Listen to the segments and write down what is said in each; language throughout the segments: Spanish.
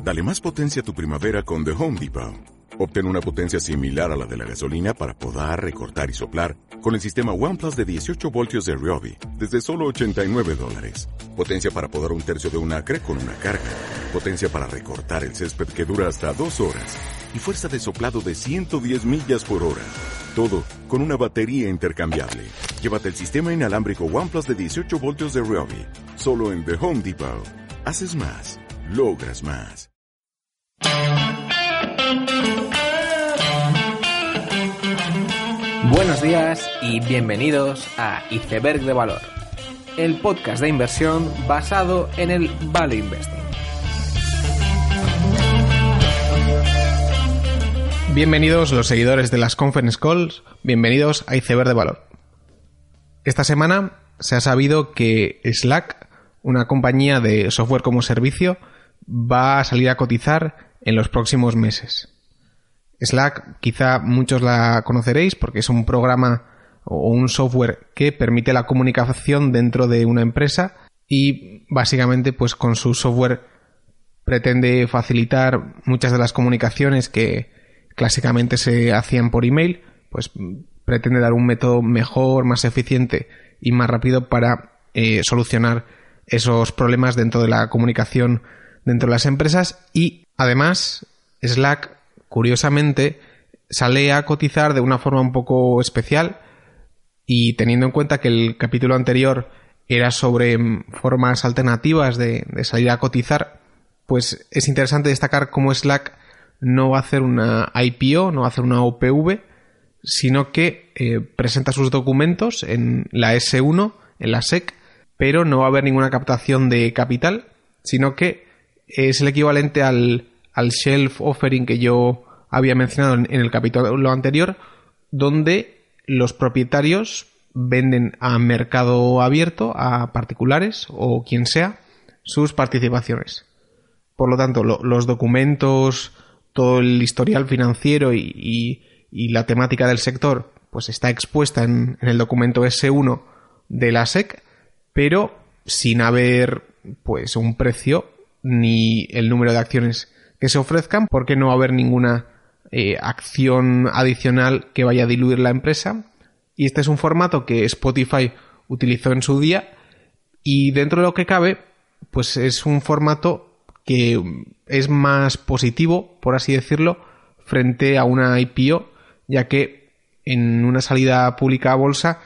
Dale más potencia a tu primavera con The Home Depot. Obtén una potencia similar a la de la gasolina para podar, recortar y soplar con el sistema OnePlus de 18 voltios de Ryobi desde solo $89. Potencia para podar un tercio de un acre con una carga. Potencia para recortar el césped que dura hasta 2 horas. Y fuerza de soplado de 110 millas por hora. Todo con una batería intercambiable. Llévate el sistema inalámbrico OnePlus de 18 voltios de Ryobi. Solo en The Home Depot. Haces más. Logras más. Buenos días y bienvenidos a Iceberg de Valor, el podcast de inversión basado en el Value Investing. Bienvenidos los seguidores de las Conference Calls, bienvenidos a Iceberg de Valor. Esta semana se ha sabido que Slack, una compañía de software como servicio, va a salir a cotizar en los próximos meses. Slack, quizá muchos la conoceréis porque es un programa o un software que permite la comunicación dentro de una empresa y básicamente pues con su software pretende facilitar muchas de las comunicaciones que clásicamente se hacían por email, pues pretende dar un método mejor, más eficiente y más rápido para solucionar esos problemas dentro de la comunicación dentro de las empresas. Y además Slack, curiosamente, sale a cotizar de una forma un poco especial, y teniendo en cuenta que el capítulo anterior era sobre formas alternativas de salir a cotizar, pues es interesante destacar cómo Slack no va a hacer una IPO, no va a hacer una OPV, sino que presenta sus documentos en la S1, en la SEC, pero no va a haber ninguna captación de capital, sino que es el equivalente al shelf offering que yo había mencionado en el capítulo anterior, donde los propietarios venden a mercado abierto, a particulares o quien sea, sus participaciones. Por lo tanto, los documentos, todo el historial financiero y la temática del sector pues está expuesta en el documento S1 de la SEC, pero sin haber pues un precio ni el número de acciones que se ofrezcan, porque no va a haber ninguna acción adicional que vaya a diluir la empresa. Y este es un formato que Spotify utilizó en su día, y dentro de lo que cabe pues es un formato que es más positivo, por así decirlo, frente a una IPO, ya que en una salida pública a bolsa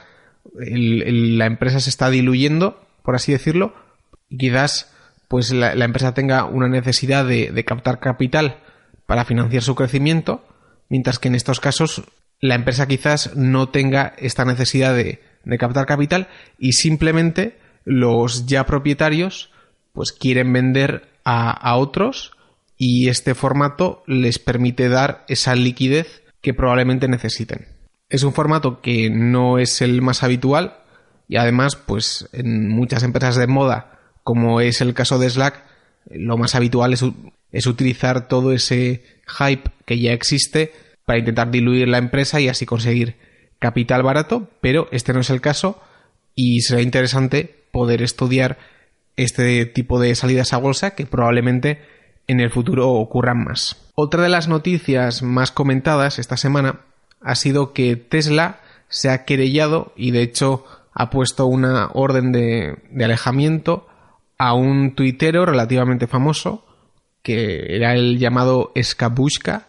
la empresa se está diluyendo, por así decirlo, y quizás pues la empresa tenga una necesidad de captar capital para financiar su crecimiento, mientras que en estos casos la empresa quizás no tenga esta necesidad de captar capital, y simplemente los ya propietarios pues quieren vender a otros, y este formato les permite dar esa liquidez que probablemente necesiten. Es un formato que no es el más habitual, y además pues en muchas empresas de moda, como es el caso de Slack, lo más habitual es utilizar todo ese hype que ya existe para intentar diluir la empresa y así conseguir capital barato, pero este no es el caso, y será interesante poder estudiar este tipo de salidas a bolsa que probablemente en el futuro ocurran más. Otra de las noticias más comentadas esta semana ha sido que Tesla se ha querellado, y de hecho ha puesto una orden de alejamiento a un tuitero relativamente famoso, que era el llamado Skabushka,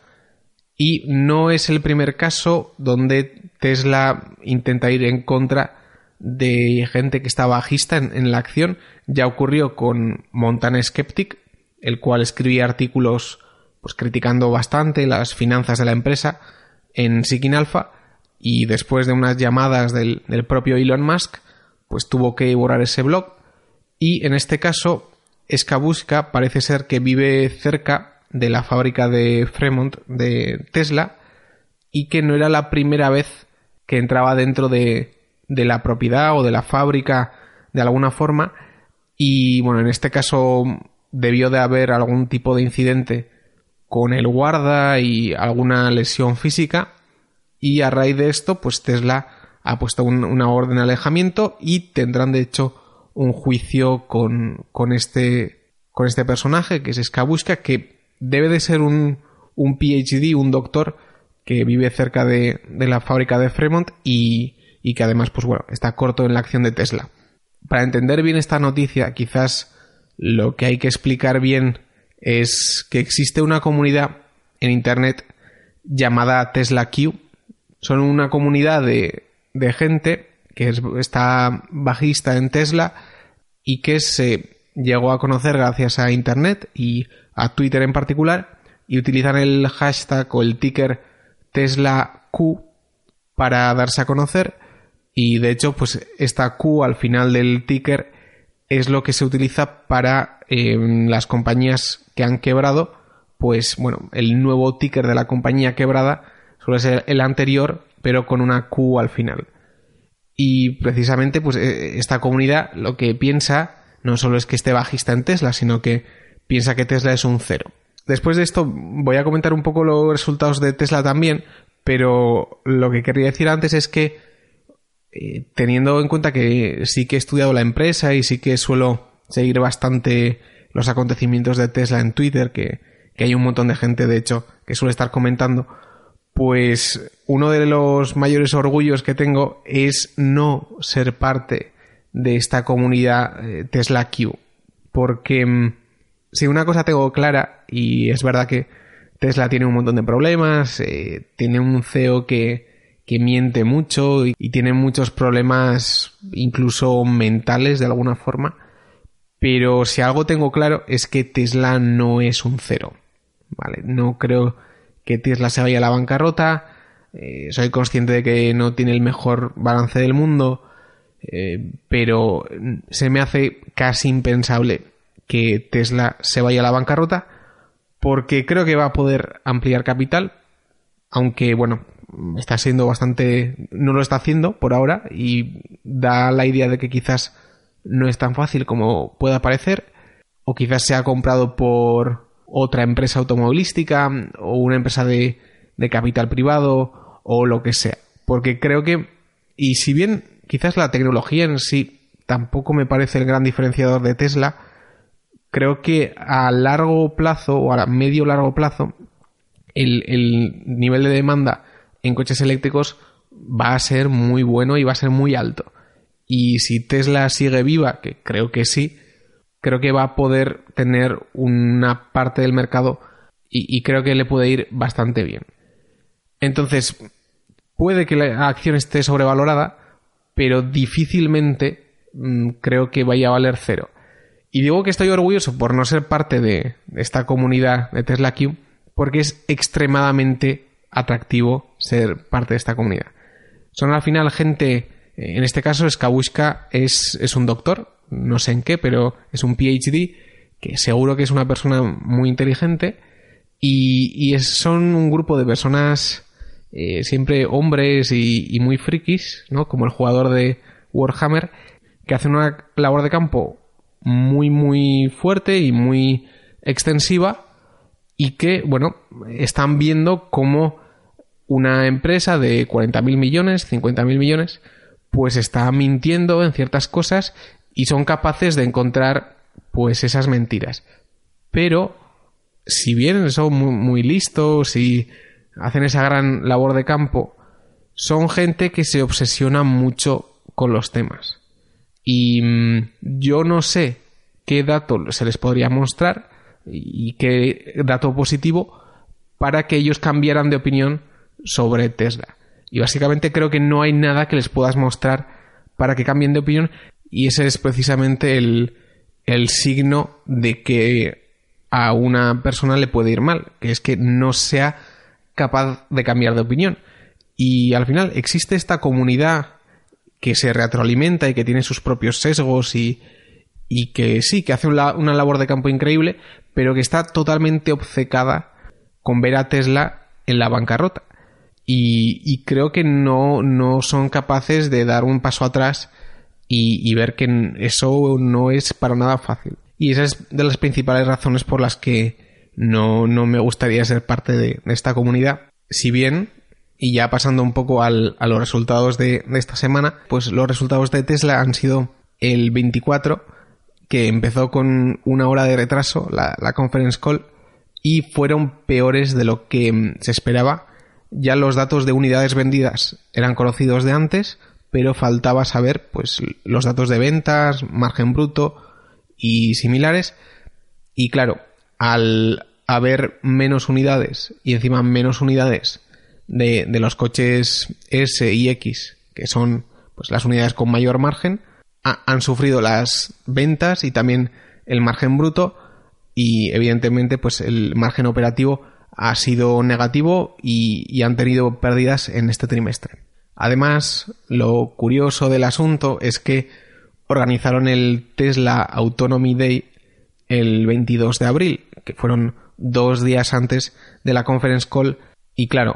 y no es el primer caso donde Tesla intenta ir en contra de gente que está bajista en la acción. Ya ocurrió con Montana Skeptic, el cual escribía artículos pues criticando bastante las finanzas de la empresa en Seeking Alpha, y después de unas llamadas del propio Elon Musk pues tuvo que borrar ese blog. Y en este caso Skabushka parece ser que vive cerca de la fábrica de Fremont de Tesla, y que no era la primera vez que entraba dentro de la propiedad o de la fábrica de alguna forma, y bueno, en este caso debió de haber algún tipo de incidente con el guarda y alguna lesión física, y a raíz de esto pues Tesla ha puesto una orden de alejamiento, y tendrán de hecho un juicio con este personaje que es Skabushka, que debe de ser un PhD, un doctor que vive cerca de la fábrica de Fremont y que además, pues bueno, está corto en la acción de Tesla. Para entender bien esta noticia, quizás lo que hay que explicar bien es que existe una comunidad en internet llamada Tesla Q. Son una comunidad de gente que está bajista en Tesla y que se llegó a conocer gracias a internet y a Twitter en particular, y utilizan el hashtag o el ticker Tesla Q para darse a conocer. Y de hecho, pues esta Q al final del ticker es lo que se utiliza para las compañías que han quebrado. Pues bueno, el nuevo ticker de la compañía quebrada suele ser el anterior, pero con una Q al final. Y precisamente, pues esta comunidad lo que piensa no solo es que esté bajista en Tesla, sino que piensa que Tesla es un cero. Después de esto voy a comentar un poco los resultados de Tesla también, pero lo que quería decir antes es que teniendo en cuenta que sí que he estudiado la empresa y sí que suelo seguir bastante los acontecimientos de Tesla en Twitter, que hay un montón de gente, de hecho, que suele estar comentando, pues uno de los mayores orgullos que tengo es no ser parte de esta comunidad Tesla Q. Porque si una cosa tengo clara, y es verdad que Tesla tiene un montón de problemas, tiene un CEO que miente mucho y tiene muchos problemas incluso mentales de alguna forma, pero si algo tengo claro es que Tesla no es un cero, ¿vale? No creo que Tesla se vaya a la bancarrota, soy consciente de que no tiene el mejor balance del mundo, pero se me hace casi impensable que Tesla se vaya a la bancarrota, porque creo que va a poder ampliar capital, aunque bueno, está siendo bastante... no lo está haciendo por ahora y da la idea de que quizás no es tan fácil como pueda parecer, o quizás sea comprado por otra empresa automovilística o una empresa de capital privado o lo que sea, porque creo que, y si bien quizás la tecnología en sí tampoco me parece el gran diferenciador de Tesla, creo que a largo plazo o a medio largo plazo el nivel de demanda en coches eléctricos va a ser muy bueno y va a ser muy alto. Y si Tesla sigue viva, que creo que sí, creo que va a poder tener una parte del mercado y creo que le puede ir bastante bien. Entonces, puede que la acción esté sobrevalorada, pero difícilmente creo que vaya a valer cero. Y digo que estoy orgulloso por no ser parte de esta comunidad de Tesla Q, porque es extremadamente atractivo ser parte de esta comunidad. Son al final gente, en este caso Skabushka es un doctor, no sé en qué, pero es un PhD, que seguro que es una persona muy inteligente, y son un grupo de personas, siempre hombres y muy frikis, ¿no? Como el jugador de Warhammer, que hacen una labor de campo muy muy fuerte y muy extensiva, y que, bueno, están viendo cómo una empresa de 40.000 millones, 50.000 millones, pues está mintiendo en ciertas cosas y son capaces de encontrar pues esas mentiras. Pero, si bien son muy, muy listos y hacen esa gran labor de campo, son gente que se obsesiona mucho con los temas. Y yo no sé qué dato se les podría mostrar y qué dato positivo para que ellos cambiaran de opinión sobre Tesla. Y básicamente creo que no hay nada que les puedas mostrar para que cambien de opinión, y ese es precisamente el signo de que a una persona le puede ir mal, que es que no sea capaz de cambiar de opinión. Y al final existe esta comunidad que se retroalimenta y que tiene sus propios sesgos y que sí, que hace una labor de campo increíble, pero que está totalmente obcecada con ver a Tesla en la bancarrota. Y creo que no son capaces de dar un paso atrás y ver que eso no es para nada fácil. Y esa es de las principales razones por las que no me gustaría ser parte de esta comunidad. Si bien, y ya pasando un poco a los resultados de esta semana, pues los resultados de Tesla han sido el 24, que empezó con una hora de retraso, la conference call, y fueron peores de lo que se esperaba. Ya los datos de unidades vendidas eran conocidos de antes, pero faltaba saber pues los datos de ventas, margen bruto y similares. Y claro, al haber menos unidades y encima menos unidades de los coches S y X, que son pues las unidades con mayor margen, han sufrido las ventas y también el margen bruto, y evidentemente pues el margen operativo ha sido negativo y han tenido pérdidas en este trimestre. Además, lo curioso del asunto es que organizaron el Tesla Autonomy Day el 22 de abril, que fueron 2 días antes de la conference call, y claro,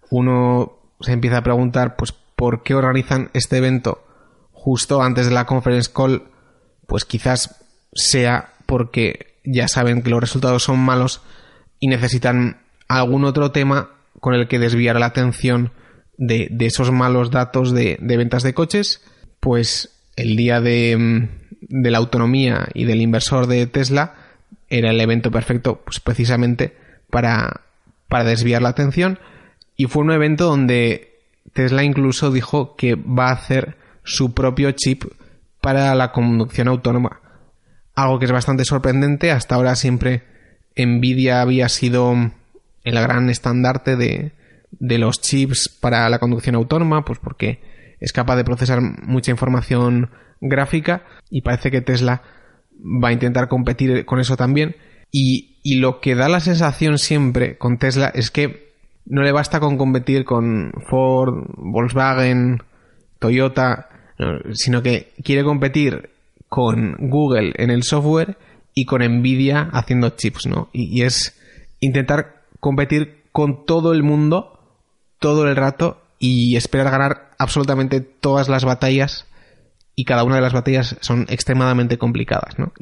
uno se empieza a preguntar pues por qué organizan este evento justo antes de la conference call. Pues quizás sea porque ya saben que los resultados son malos y necesitan algún otro tema con el que desviar la atención de esos malos datos de ventas de coches. Pues el día de la autonomía y del inversor de Tesla era el evento perfecto pues precisamente para desviar la atención, y fue un evento donde Tesla incluso dijo que va a hacer su propio chip para la conducción autónoma, algo que es bastante sorprendente. Hasta ahora siempre Nvidia había sido el gran estandarte de los chips para la conducción autónoma, pues porque es capaz de procesar mucha información gráfica, y parece que Tesla va a intentar competir con eso también. Y lo que da la sensación siempre con Tesla es que no le basta con competir con Ford, Volkswagen, Toyota, sino que quiere competir con Google en el software y con Nvidia haciendo chips, ¿no? Y es intentar competir con todo el mundo todo el rato y esperar ganar absolutamente todas las batallas, y cada una de las batallas son extremadamente complicadas, ¿no?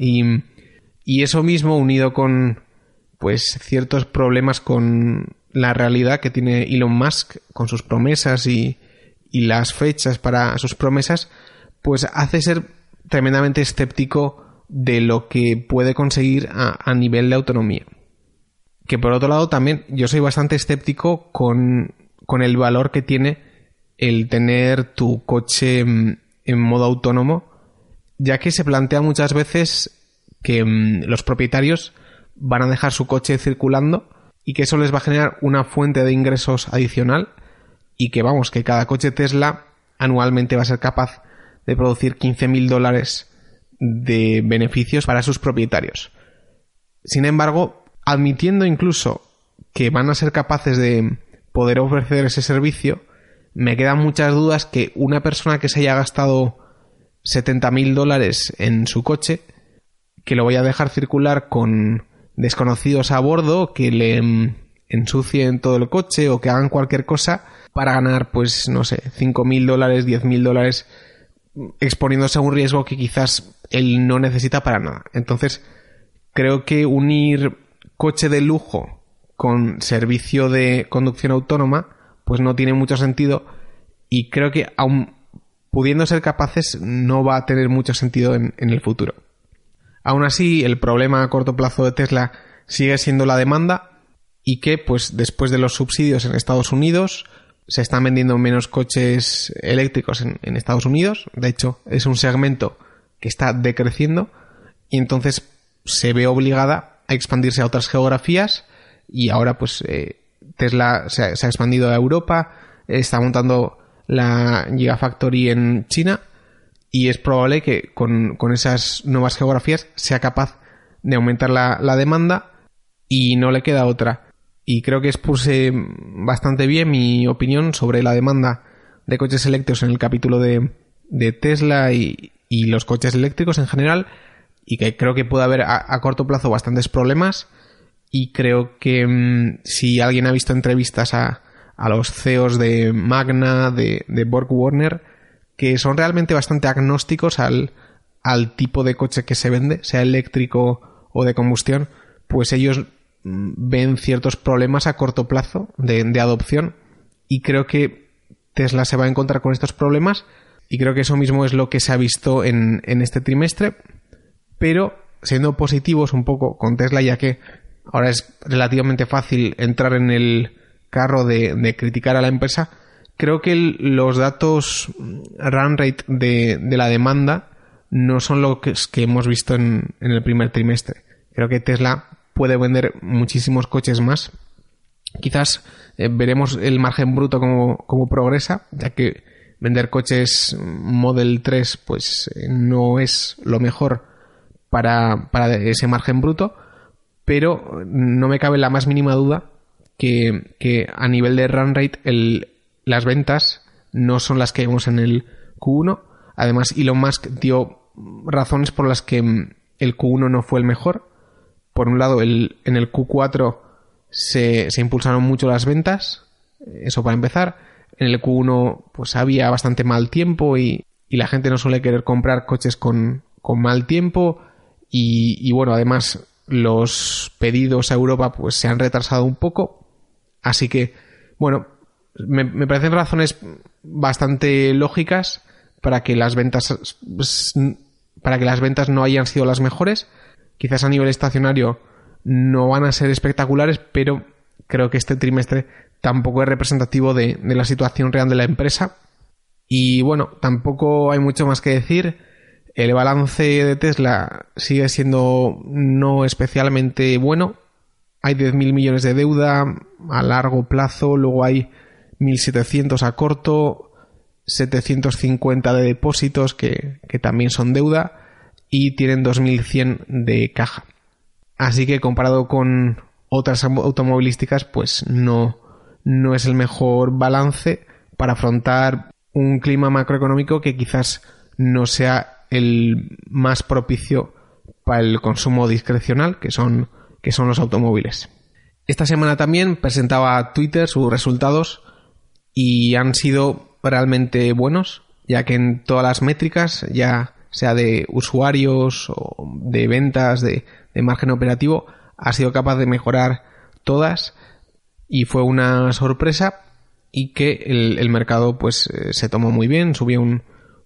Y eso mismo, unido con pues ciertos problemas con la realidad que tiene Elon Musk con sus promesas y las fechas para sus promesas, pues hace ser tremendamente escéptico de lo que puede conseguir a nivel de autonomía. Que por otro lado también yo soy bastante escéptico con el valor que tiene el tener tu coche en modo autónomo, ya que se plantea muchas veces que los propietarios van a dejar su coche circulando y que eso les va a generar una fuente de ingresos adicional, y que vamos, que cada coche Tesla anualmente va a ser capaz de producir $15,000 de beneficios para sus propietarios. Sin embargo, admitiendo incluso que van a ser capaces de poder ofrecer ese servicio, me quedan muchas dudas que una persona que se haya gastado $70,000 en su coche, que lo vaya a dejar circular con desconocidos a bordo, que le ensucien todo el coche o que hagan cualquier cosa para ganar, pues no sé, $5,000, $10,000, exponiéndose a un riesgo que quizás él no necesita para nada. Entonces, creo que unir coche de lujo con servicio de conducción autónoma pues no tiene mucho sentido, y creo que aun pudiendo ser capaces no va a tener mucho sentido en el futuro. Aún así, el problema a corto plazo de Tesla sigue siendo la demanda, y que pues después de los subsidios en Estados Unidos se están vendiendo menos coches eléctricos en Estados Unidos. De hecho, es un segmento que está decreciendo, y entonces se ve obligada a expandirse a otras geografías, y ahora pues Tesla se ha expandido a Europa, está montando la Gigafactory en China, y es probable que con esas nuevas geografías sea capaz de aumentar la demanda, y no le queda otra. Y creo que expuse bastante bien mi opinión sobre la demanda de coches eléctricos en el capítulo de Tesla y los coches eléctricos en general, y que creo que puede haber a corto plazo bastantes problemas. Y creo que si alguien ha visto entrevistas a los CEOs de Magna, de Borg Warner, que son realmente bastante agnósticos al tipo de coche que se vende, sea eléctrico o de combustión, pues ellos ven ciertos problemas a corto plazo de adopción, y creo que Tesla se va a encontrar con estos problemas, y creo que eso mismo es lo que se ha visto en este trimestre. Pero siendo positivos un poco con Tesla, ya que ahora es relativamente fácil entrar en el carro de criticar a la empresa. Creo que los datos run rate de la demanda no son lo que hemos visto en el primer trimestre. Creo que Tesla puede vender muchísimos coches más. Quizás veremos el margen bruto como progresa, ya que vender coches Model 3 pues no es lo mejor para ese margen bruto, pero no me cabe la más mínima duda que a nivel de run rate las ventas no son las que vemos en el Q1. Además, Elon Musk dio razones por las que el Q1 no fue el mejor. Por un lado, en el Q4 se impulsaron mucho las ventas, eso para empezar. En el Q1 pues había bastante mal tiempo y la gente no suele querer comprar coches con mal tiempo y bueno, además los pedidos a Europa pues se han retrasado un poco, así que bueno, me parecen razones bastante lógicas para que las ventas no hayan sido las mejores. Quizás a nivel estacionario no van a ser espectaculares, pero creo que este trimestre tampoco es representativo de la situación real de la empresa. Y bueno, tampoco hay mucho más que decir. El balance de Tesla sigue siendo no especialmente bueno. Hay 10.000 millones de deuda a largo plazo, luego hay 1.700 a corto, 750 de depósitos que también son deuda y tienen 2.100 de caja. Así que comparado con otras automovilísticas, pues no es el mejor balance para afrontar un clima macroeconómico que quizás no sea el más propicio para el consumo discrecional, que son los automóviles. Esta semana también presentaba Twitter sus resultados y han sido realmente buenos, ya que en todas las métricas, ya sea de usuarios o de ventas, de margen operativo, ha sido capaz de mejorar todas y fue una sorpresa y que el mercado pues se tomó muy bien, subió un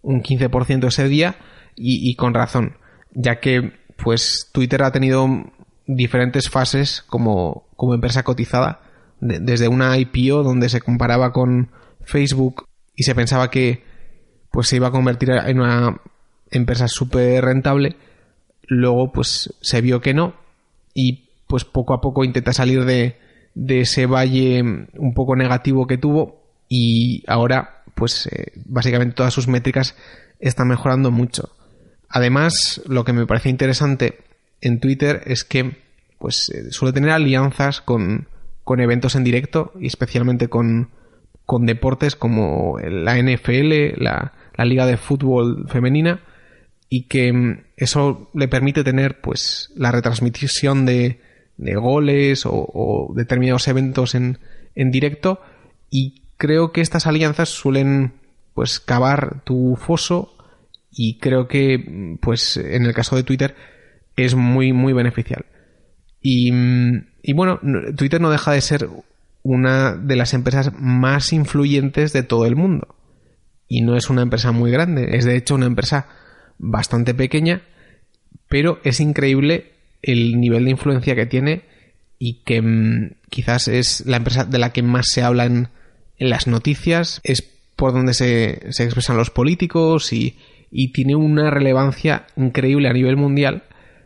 15% ese día y con razón, ya que pues Twitter ha tenido diferentes fases como empresa cotizada, desde una IPO donde se comparaba con Facebook y se pensaba que pues se iba a convertir en una empresa súper rentable. Luego pues se vio que no y pues poco a poco intenta salir de ese valle un poco negativo que tuvo y ahora pues básicamente todas sus métricas están mejorando mucho. Además, lo que me parece interesante en Twitter es que pues suele tener alianzas con eventos en directo y especialmente con deportes como la NFL, la Liga de Fútbol Femenina, y que eso le permite tener pues la retransmisión de goles o determinados eventos en directo, y creo que estas alianzas suelen pues cavar tu foso y creo que pues en el caso de Twitter es muy muy beneficial. Y bueno, Twitter no deja de ser una de las empresas más influyentes de todo el mundo y no es una empresa muy grande, es de hecho una empresa bastante pequeña, pero es increíble el nivel de influencia que tiene y que quizás es la empresa de la que más se habla en las noticias, es por donde se expresan los políticos y tiene una relevancia increíble a nivel mundial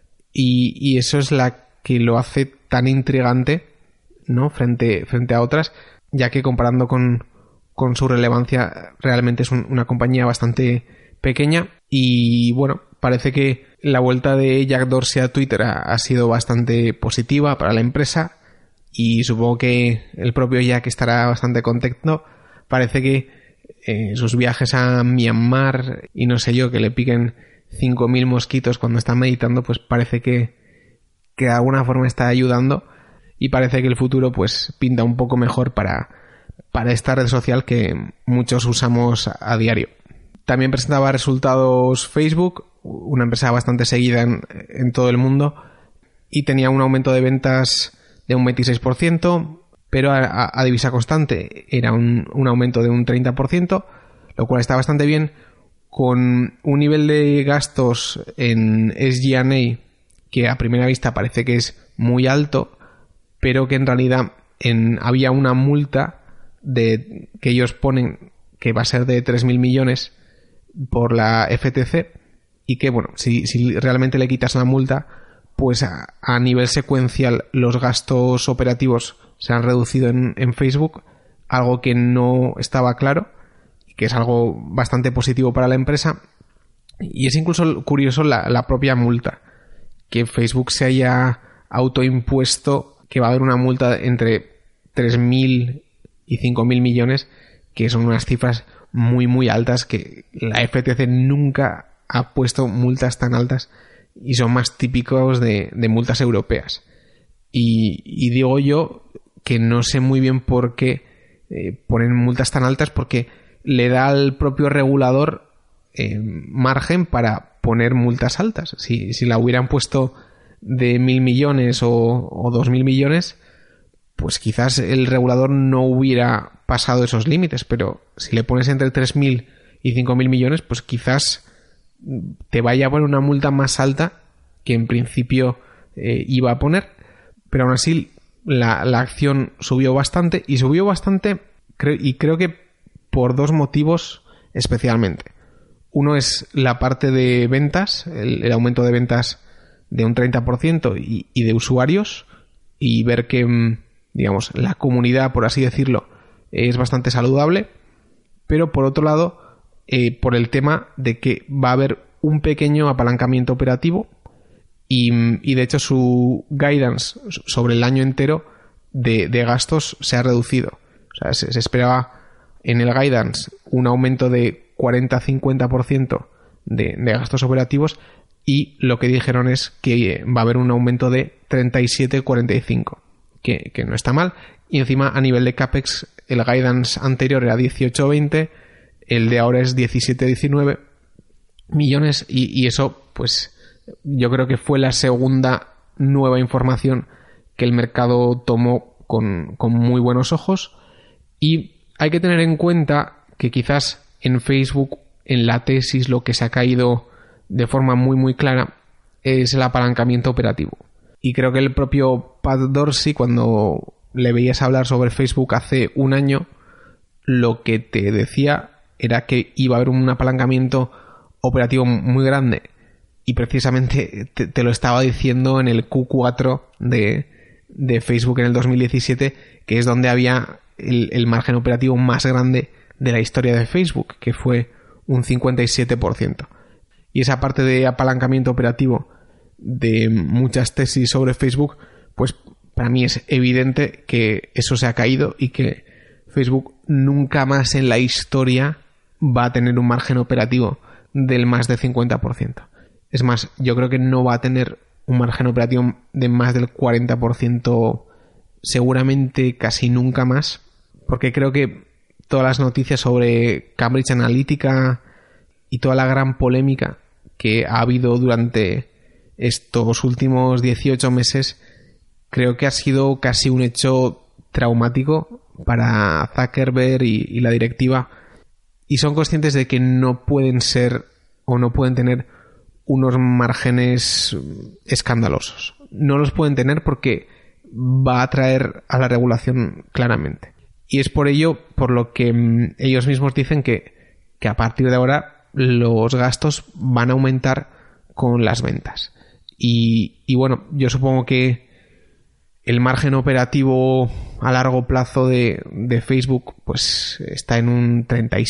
y eso es la que lo hace tan intrigante, ¿no? frente a otras, ya que comparando con su relevancia realmente es una compañía bastante pequeña. Y bueno, parece que la vuelta de Jack Dorsey a Twitter ha sido bastante positiva para la empresa y supongo que el propio Jack estará bastante contento. Parece que sus viajes a Myanmar y no sé yo, que le piquen 5.000 mosquitos cuando está meditando, pues parece que de alguna forma está ayudando y parece que el futuro pues pinta un poco mejor para esta red social que muchos usamos a diario. También presentaba resultados Facebook, una empresa bastante seguida en todo el mundo, y tenía un aumento de ventas de un 26%, pero a divisa constante era un aumento de un 30%, lo cual está bastante bien, con un nivel de gastos en SG&A que a primera vista parece que es muy alto, pero que en realidad había una multa que ellos ponen que va a ser de 3.000 millones por la FTC, y que, bueno, si realmente le quitas la multa, pues a nivel secuencial los gastos operativos se han reducido en Facebook, algo que no estaba claro y que es algo bastante positivo para la empresa. Y es incluso curioso la propia multa, que Facebook se haya autoimpuesto que va a haber una multa entre 3.000 y 5.000 millones, que son unas cifras muy muy altas, que la FTC nunca ha puesto multas tan altas y son más típicos de multas europeas. Y digo yo que no sé muy bien por qué ponen multas tan altas, porque le da al propio regulador margen para poner multas altas. Si la hubieran puesto de 1.000 millones o 2.000 millones, pues quizás el regulador no hubiera pasado esos límites, pero si le pones entre 3.000 y 5.000 millones, pues quizás te vaya a poner una multa más alta que en principio iba a poner. Pero aún así la acción subió bastante, y subió bastante y creo que por dos motivos especialmente. Uno es la parte de ventas, el aumento de ventas de un 30% y de usuarios, y ver que, digamos, la comunidad, por así decirlo, es bastante saludable. Pero por otro lado, por el tema de que va a haber un pequeño apalancamiento operativo, y de hecho su guidance sobre el año entero de gastos se ha reducido. O sea, se esperaba en el guidance un aumento de 40-50% de gastos operativos, y lo que dijeron es que va a haber un aumento de 37-45%, que no está mal. Y encima, a nivel de CAPEX, el guidance anterior era 18-20, el de ahora es 17-19 millones, y eso, pues yo creo que fue la segunda nueva información que el mercado tomó con muy buenos ojos. Y hay que tener en cuenta que quizás en Facebook, en la tesis, lo que se ha caído de forma muy muy clara es el apalancamiento operativo. Y creo que el propio Pat Dorsey, cuando le veías hablar sobre Facebook hace un año, lo que te decía era que iba a haber un apalancamiento operativo muy grande, y precisamente te lo estaba diciendo en el Q4 de Facebook en el 2017, que es donde había el margen operativo más grande de la historia de Facebook, que fue un 57%. Y esa parte de apalancamiento operativo de muchas tesis sobre Facebook, pues para mí es evidente que eso se ha caído, y que Facebook nunca más en la historia va a tener un margen operativo del más de 50%. Es más, yo creo que no va a tener un margen operativo de más del 40%, seguramente casi nunca más, porque creo que todas las noticias sobre Cambridge Analytica y toda la gran polémica que ha habido durante estos últimos 18 meses, creo que ha sido casi un hecho traumático para Zuckerberg y la directiva, y son conscientes de que no pueden ser o no pueden tener unos márgenes escandalosos. No los pueden tener porque va a atraer a la regulación claramente. Y es por ello por lo que ellos mismos dicen que a partir de ahora los gastos van a aumentar con las ventas. Y bueno, yo supongo que el margen operativo a largo plazo de Facebook pues está en un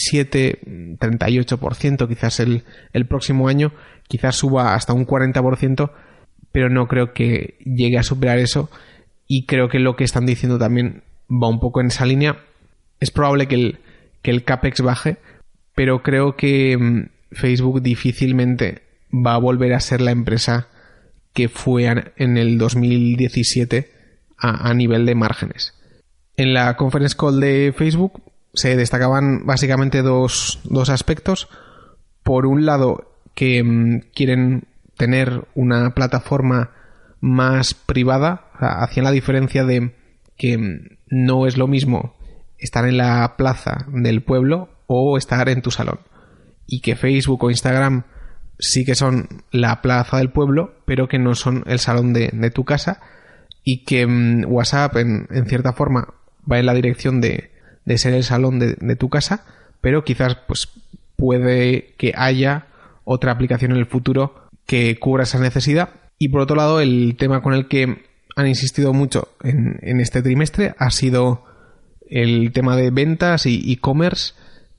37-38%, quizás el próximo año, quizás suba hasta un 40%, pero no creo que llegue a superar eso, y creo que lo que están diciendo también va un poco en esa línea. Es probable que el CAPEX baje, pero creo que Facebook difícilmente va a volver a ser la empresa que fue en el 2017 a nivel de márgenes. En la conference call de Facebook se destacaban básicamente dos aspectos. Por un lado, que quieren tener una plataforma más privada. Hacían la diferencia de que no es lo mismo estar en la plaza del pueblo o estar en tu salón, y que Facebook o Instagram sí que son la plaza del pueblo, pero que no son el salón de tu casa, y que WhatsApp en cierta forma va en la dirección de ser el salón de tu casa, pero quizás pues puede que haya otra aplicación en el futuro que cubra esa necesidad. Y por otro lado, el tema con el que han insistido mucho en este trimestre ha sido el tema de ventas y e-commerce,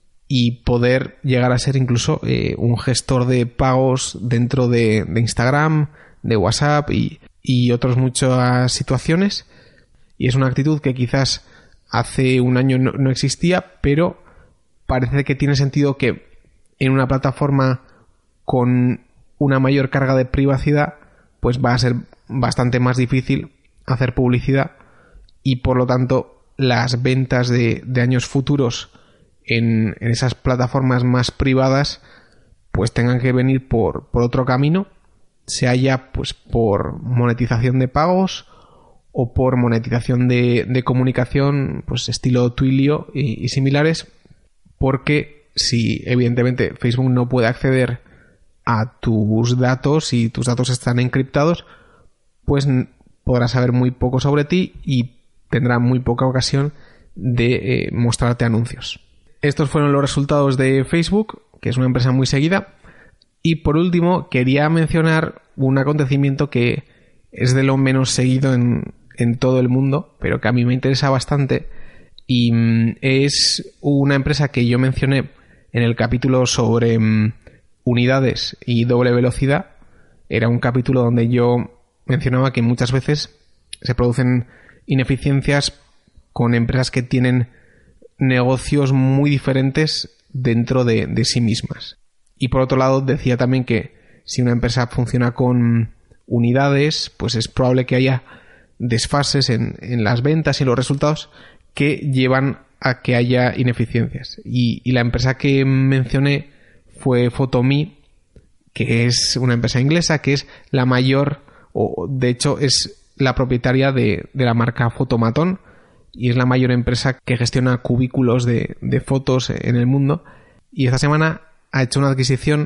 y poder llegar a ser incluso un gestor de pagos dentro de Instagram, de WhatsApp y otras muchas situaciones. Y es una actitud que quizás hace un año no existía, pero parece que tiene sentido que en una plataforma con una mayor carga de privacidad pues va a ser bastante más difícil hacer publicidad, y por lo tanto las ventas de años futuros en esas plataformas más privadas pues tengan que venir por otro camino, sea ya pues por monetización de pagos o por monetización de comunicación, pues estilo Twilio y similares, porque si evidentemente Facebook no puede acceder a tus datos y tus datos están encriptados, pues podrá saber muy poco sobre ti y tendrá muy poca ocasión de mostrarte anuncios. Estos fueron los resultados de Facebook, que es una empresa muy seguida. Y por último, quería mencionar un acontecimiento que es de lo menos seguido en todo el mundo, pero que a mí me interesa bastante, y es una empresa que yo mencioné en el capítulo sobre unidades y doble velocidad. Era un capítulo donde yo mencionaba que muchas veces se producen ineficiencias con empresas que tienen negocios muy diferentes dentro de sí mismas. Y por otro lado decía también que si una empresa funciona con unidades, pues es probable que haya desfases en las ventas y los resultados que llevan a que haya ineficiencias. Y la empresa que mencioné fue Photo.me, que es una empresa inglesa que es la mayor, o de hecho es la propietaria de la marca Photomaton, y es la mayor empresa que gestiona cubículos de fotos en el mundo. Y esta semana ha hecho una adquisición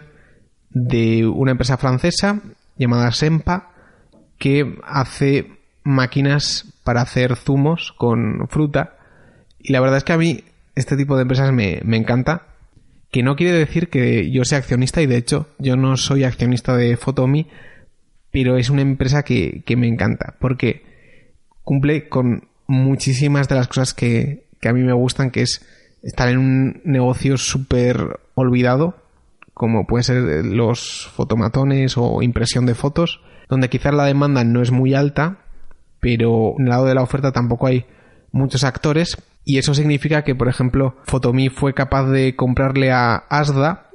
de una empresa francesa llamada Sempa, que hace máquinas para hacer zumos con fruta. Y la verdad es que a mí este tipo de empresas me encanta, que no quiere decir que yo sea accionista, y de hecho yo no soy accionista de Photo.me, pero es una empresa que me encanta porque cumple con muchísimas de las cosas que a mí me gustan, que es estar en un negocio súper olvidado, como puede ser los fotomatones o impresión de fotos, donde quizás la demanda no es muy alta, pero en el lado de la oferta tampoco hay muchos actores, y eso significa que, por ejemplo, Photo.me fue capaz de comprarle a Asda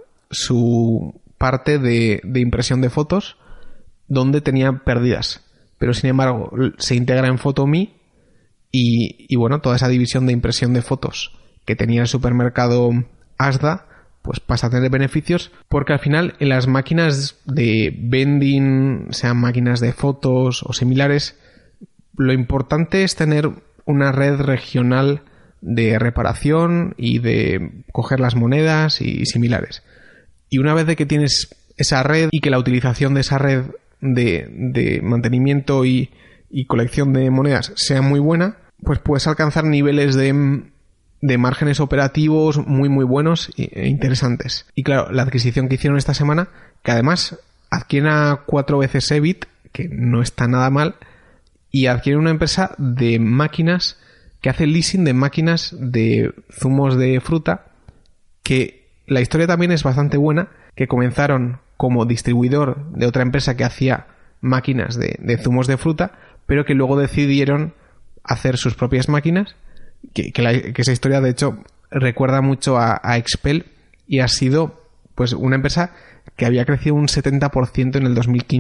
su parte de impresión de fotos, donde tenía pérdidas, pero sin embargo se integra en Photo.me. Y bueno, toda esa división de impresión de fotos que tenía el supermercado Asda, pues pasa a tener beneficios, porque al final en las máquinas de vending, sean máquinas de fotos o similares, lo importante es tener una red regional de reparación y de coger las monedas y similares. Y una vez de que tienes esa red y que la utilización de esa red de mantenimiento y colección de monedas sea muy buena, pues puedes alcanzar niveles de márgenes operativos muy muy buenos e interesantes. Y claro, la adquisición que hicieron esta semana, que además adquieren a 4 veces EBIT, que no está nada mal, y adquieren una empresa de máquinas que hace leasing de máquinas de zumos de fruta, que la historia también es bastante buena, que comenzaron como distribuidor de otra empresa que hacía máquinas de zumos de fruta, pero que luego decidieron hacer sus propias máquinas, que esa historia de hecho recuerda mucho a Expel, y ha sido pues una empresa que había crecido un 70% en el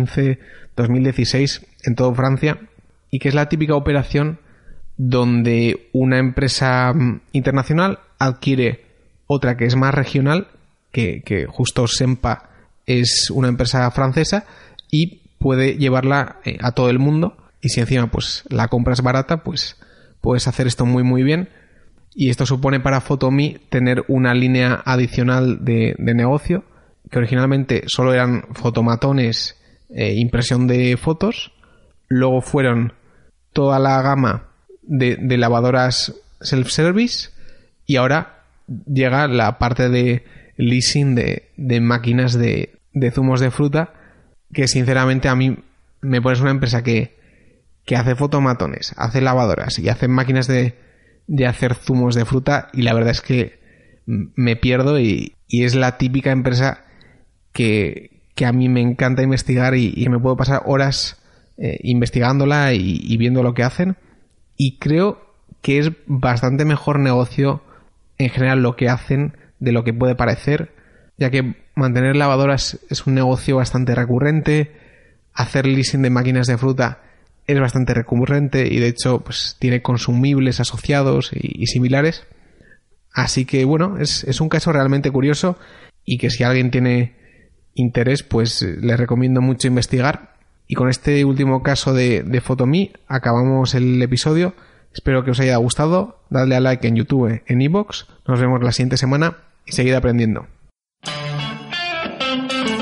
2015-2016 en toda Francia, y que es la típica operación donde una empresa internacional adquiere otra que es más regional, que justo Sempa es una empresa francesa, y puede llevarla a todo el mundo. Y si encima pues la compra es barata, pues puedes hacer esto muy muy bien. Y esto supone para Photo.me tener una línea adicional de negocio, que originalmente solo eran fotomatones, impresión de fotos. Luego fueron toda la gama de lavadoras self-service, y ahora llega la parte de leasing de máquinas de zumos de fruta, que sinceramente a mí me pones una empresa que hace fotomatones, hace lavadoras y hace máquinas de hacer zumos de fruta, y la verdad es que me pierdo, y es la típica empresa que a mí me encanta investigar y me puedo pasar horas investigándola y viendo lo que hacen, y creo que es bastante mejor negocio en general lo que hacen de lo que puede parecer, ya que mantener lavadoras es un negocio bastante recurrente, hacer leasing de máquinas de fruta es bastante recurrente y de hecho pues tiene consumibles asociados y similares. Así que bueno, es un caso realmente curioso, y que si alguien tiene interés pues les recomiendo mucho investigar. Y con este último caso de Photo.me acabamos el episodio. Espero que os haya gustado. Dadle a like en YouTube, en iVoox. Nos vemos la siguiente semana y seguid aprendiendo.